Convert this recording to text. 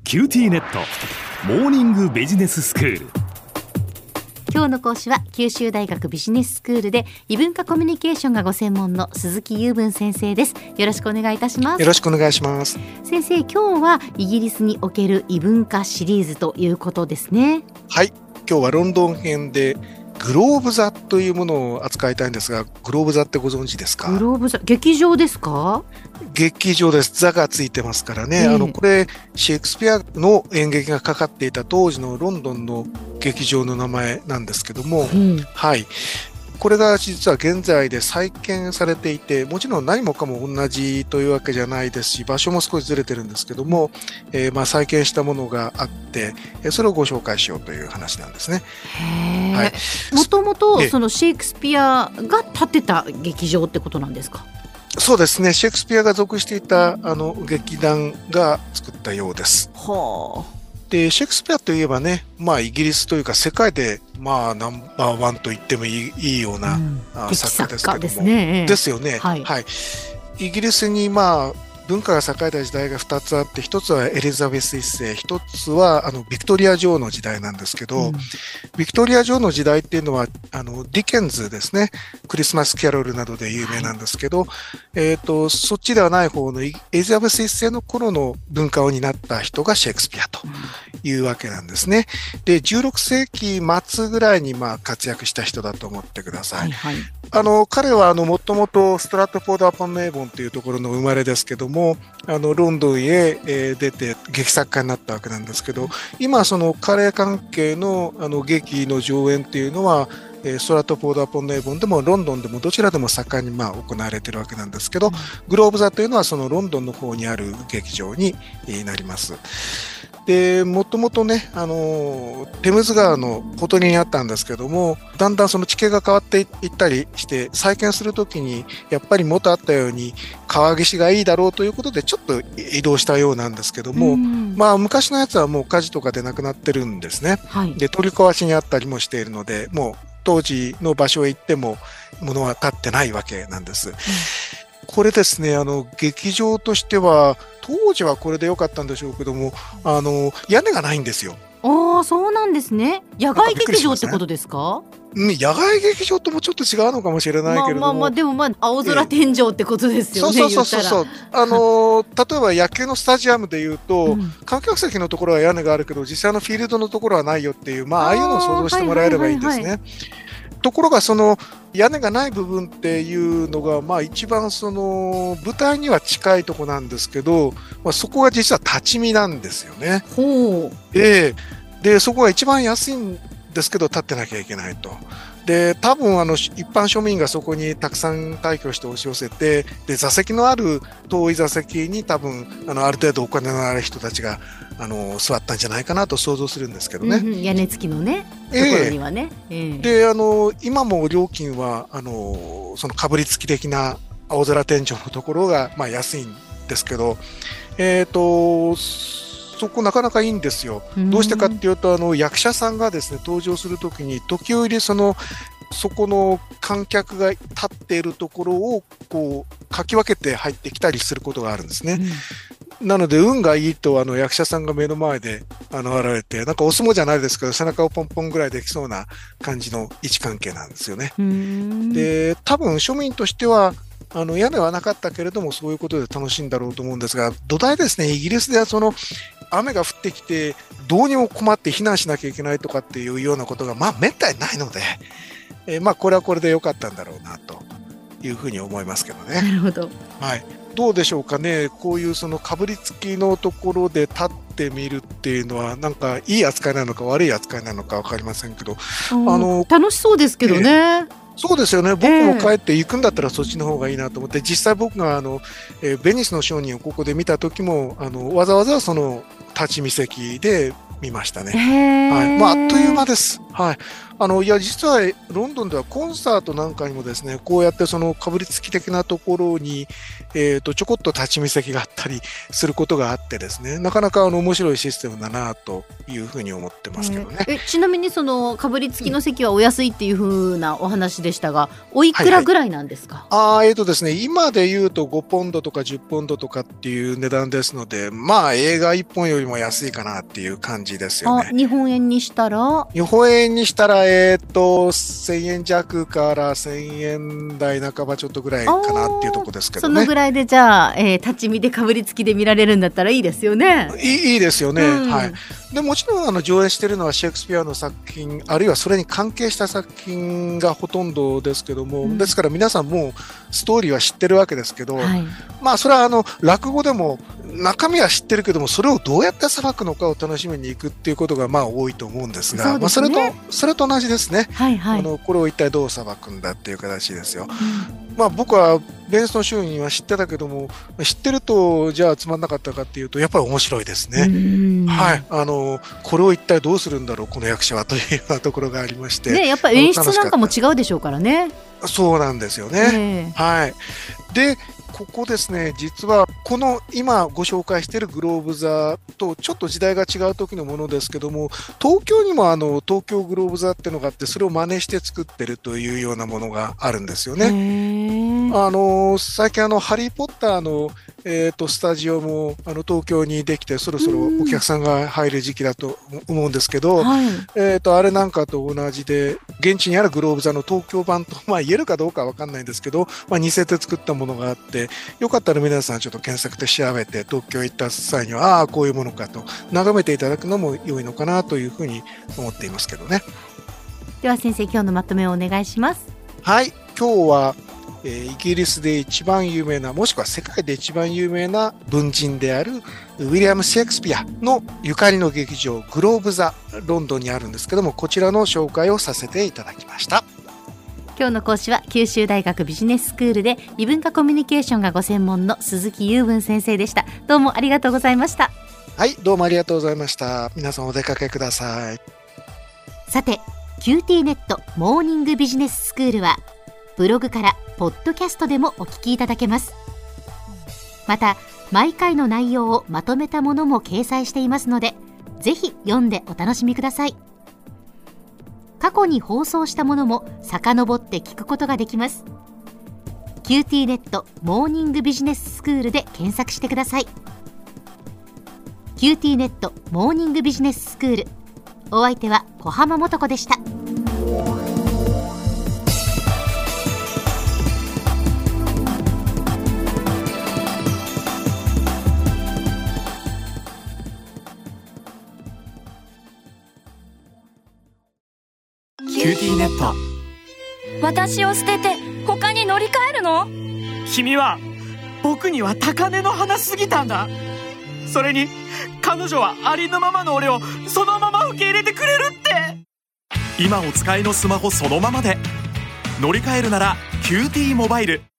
キューティーネットモーニングビジネススクール。 今日の講師は九州大学ビジネススクールで異文化コミュニケーションがご専門の鈴木雄文先生です。よろしくお願いいたします。 よろしくお願いします。 先生、今日はイギリスにおける異文化シリーズということですね。 はい、今日はロンドン編でグローブ座というものを扱いたいんですが、グローブ座ってご存知ですか？ グローブ座、劇場ですか？ 劇場です。座がついてますからね、これシェイクスピアの演劇がかかっていた当時のロンドンの劇場の名前なんですけども、はい、これが実は現在で再建されていて、もちろん何もかも同じというわけじゃないですし、場所も少しずれてるんですけども、再建したものがあって、それをご紹介しようという話なんですね。 はい、もともとそのシェイクスピアが建てた劇場ってことなんですか？ そうですね、シェイクスピアが属していた劇団が作ったようです。でシェイクスピアといえばね、イギリスというか世界でナンバーワンと言ってもいいような、作家ですけども、ですよね。はい、イギリスに文化が栄えた時代が2つあって、1つはエリザベス1世、1つはビクトリア女王の時代なんですけど、ビクトリア女王の時代っていうのはディケンズですね、クリスマスキャロルなどで有名なんですけど、そっちではない方のエリザベス1世の頃の文化を担った人がシェイクスピアというわけなんですね。で16世紀末ぐらいに活躍した人だと思ってください。彼はもともとストラットフォード・アポン・ネーボンというところの生まれですけども、ロンドンへ、出て劇作家になったわけなんですけど、今その彼関係の劇の上演っていうのはストラットフォード・アポン・ネーボンでもロンドンでもどちらでも盛んに行われているわけなんですけど、グローブ座というのはそのロンドンの方にある劇場になります。でもともとね、テムズ川のほとりにあったんですけども、だんだんその地形が変わっていったりして再建するときにやっぱり元あったように川岸がいいだろうということでちょっと移動したようなんですけども、昔のやつはもう火事とかでなくなってるんですね。で取り壊しにあったりもしているので、もう当時の場所へ行っても物は立ってないわけなんです。これですね、劇場としては当時はこれで良かったんでしょうけども、屋根がないんですよ。 そうなんですね。野外劇場ってことですか？ 野外劇場ともちょっと違うのかもしれないけれども、 でも青空天井ってことですよね。 そう例えば野球のスタジアムでいうと、観客席のところは屋根があるけど実際のフィールドのところはないよっていう、ああいうのを想像してもらえればいいんですね。ところがその屋根がない部分っていうのが一番その舞台には近いとこなんですけど、そこが実は立ち見なんですよね。でそこが一番安いんですけど立ってなきゃいけないと。で多分一般庶民がそこにたくさん退去して押し寄せて、で座席のある遠い座席に多分ある程度お金のある人たちが座ったんじゃないかなと想像するんですけどね。 屋根付きのね、ところにはね。 で今も料金はそのかぶりつき的な青空天井のところが安いんですけど、そこなかなかいいんですよ。どうしてかっていうと役者さんがですね登場するときに時折そこの観客が立っているところをこうかき分けて入ってきたりすることがあるんですね。なので運がいいと役者さんが目の前で現れて、なんかお相撲じゃないですけど背中をポンポンぐらいできそうな感じの位置関係なんですよね。で多分庶民としては屋根はなかったけれどもそういうことで楽しいんだろうと思うんですが、土台ですね、イギリスでは雨が降ってきてどうにも困って避難しなきゃいけないとかっていうようなことがめったにないので、これはこれで良かったんだろうなというふうに思いますけどね。 なるほど。 どうでしょうかね。こういうかぶりつきのところで立ってみるっていうのはなんかいい扱いなのか悪い扱いなのか分かりませんけど、 楽しそうですけどね。 そうですよね。僕も帰って行くんだったらそっちの方がいいなと思って、実際僕がベニスの商人をここで見た時もわざわざその立ち見席で見ましたね。はい。あっという間です。はい。いや、実はロンドンではコンサートなんかにもですね、こうやってそのかぶりつき的なところに、ちょこっと立ち見席があったりすることがあってですね、なかなか面白いシステムだなというふうに思ってますけどね。 ちなみにそのかぶりつきの席はお安いっていうふうなお話でしたが、おいくらぐらいなんですか？ ですね、今で言うと5ポンドとか10ポンドとかっていう値段ですので、まあ映画1本よりも安いかなっていう感じですよね。 日本円にしたら 1000円弱から1000円台半ばちょっとぐらいかなっていうところですけどね。 そのぐらいでじゃあ、立ち見でかぶりつきで見られるんだったらいいですよね。 いいですよね。はい。でもちろん上映しているのはシェイクスピアの作品、あるいはそれに関係した作品がほとんどですけども、ですから皆さんもうストーリーは知ってるわけですけど、まあそれは落語でも中身は知ってるけども、それをどうやってさばくのかを楽しみにいくっていうことがまあ多いと思うんですが、まあそれと同じですね。これを一体どうさばくんだっていう形ですよ。まあ僕はベンストンシューンは知ってたけども、知ってるとじゃあつまんなかったかっていうとやっぱり面白いですね。はい。これを一体どうするんだろうこの役者はというようなところがありまして、 やっぱり演出なんかも違うでしょうからね。 そうなんですよね。はい。でここですね、実はこの今ご紹介しているグローブ座とちょっと時代が違う時のものですけども、東京にも東京グローブ座っていうのがあって、それを真似して作ってるというようなものがあるんですよね。最近ハリーポッターのスタジオも東京にできて、そろそろお客さんが入る時期だと思うんですけど、あれなんかと同じで、現地にあるグローブ座の東京版と、まあ言えるかどうかわかんないんですけど、まあ似せて作ったものがあって、よかったら皆さんちょっと検索で調べて、東京行った際には、こういうものかと眺めていただくのも良いのかなというふうに思っていますけどね。 では先生、今日のまとめをお願いします。 はい、今日はイギリスで一番有名な、もしくは世界で一番有名な文人であるウィリアム・シェイクスピアのゆかりの劇場グローブ座、ロンドンにあるんですけども、こちらの紹介をさせていただきました。 今日の講師は九州大学ビジネススクールで異文化コミュニケーションがご専門の鈴木雄文先生でした。どうもありがとうございました。 はい、どうもありがとうございました。皆さんお出かけください。 さて、QT ネットモーニングビジネススクールはブログからポッドキャストでもお聞きいただけます。また毎回の内容をまとめたものも掲載していますので、ぜひ読んでお楽しみください。過去に放送したものも遡って聞くことができます。 QT ネットモーニングビジネススクールで検索してください。 QT ネットモーニングビジネススクール、お相手は小浜もとこでした。 QT ネット。 私を捨てて他に乗り換えるの？ 君は僕には高嶺の花すぎたんだ。それに彼女はありのままの俺をそのまま受け入れてくれるって。 今お使いのスマホそのままで乗り換えるなら QT モバイル。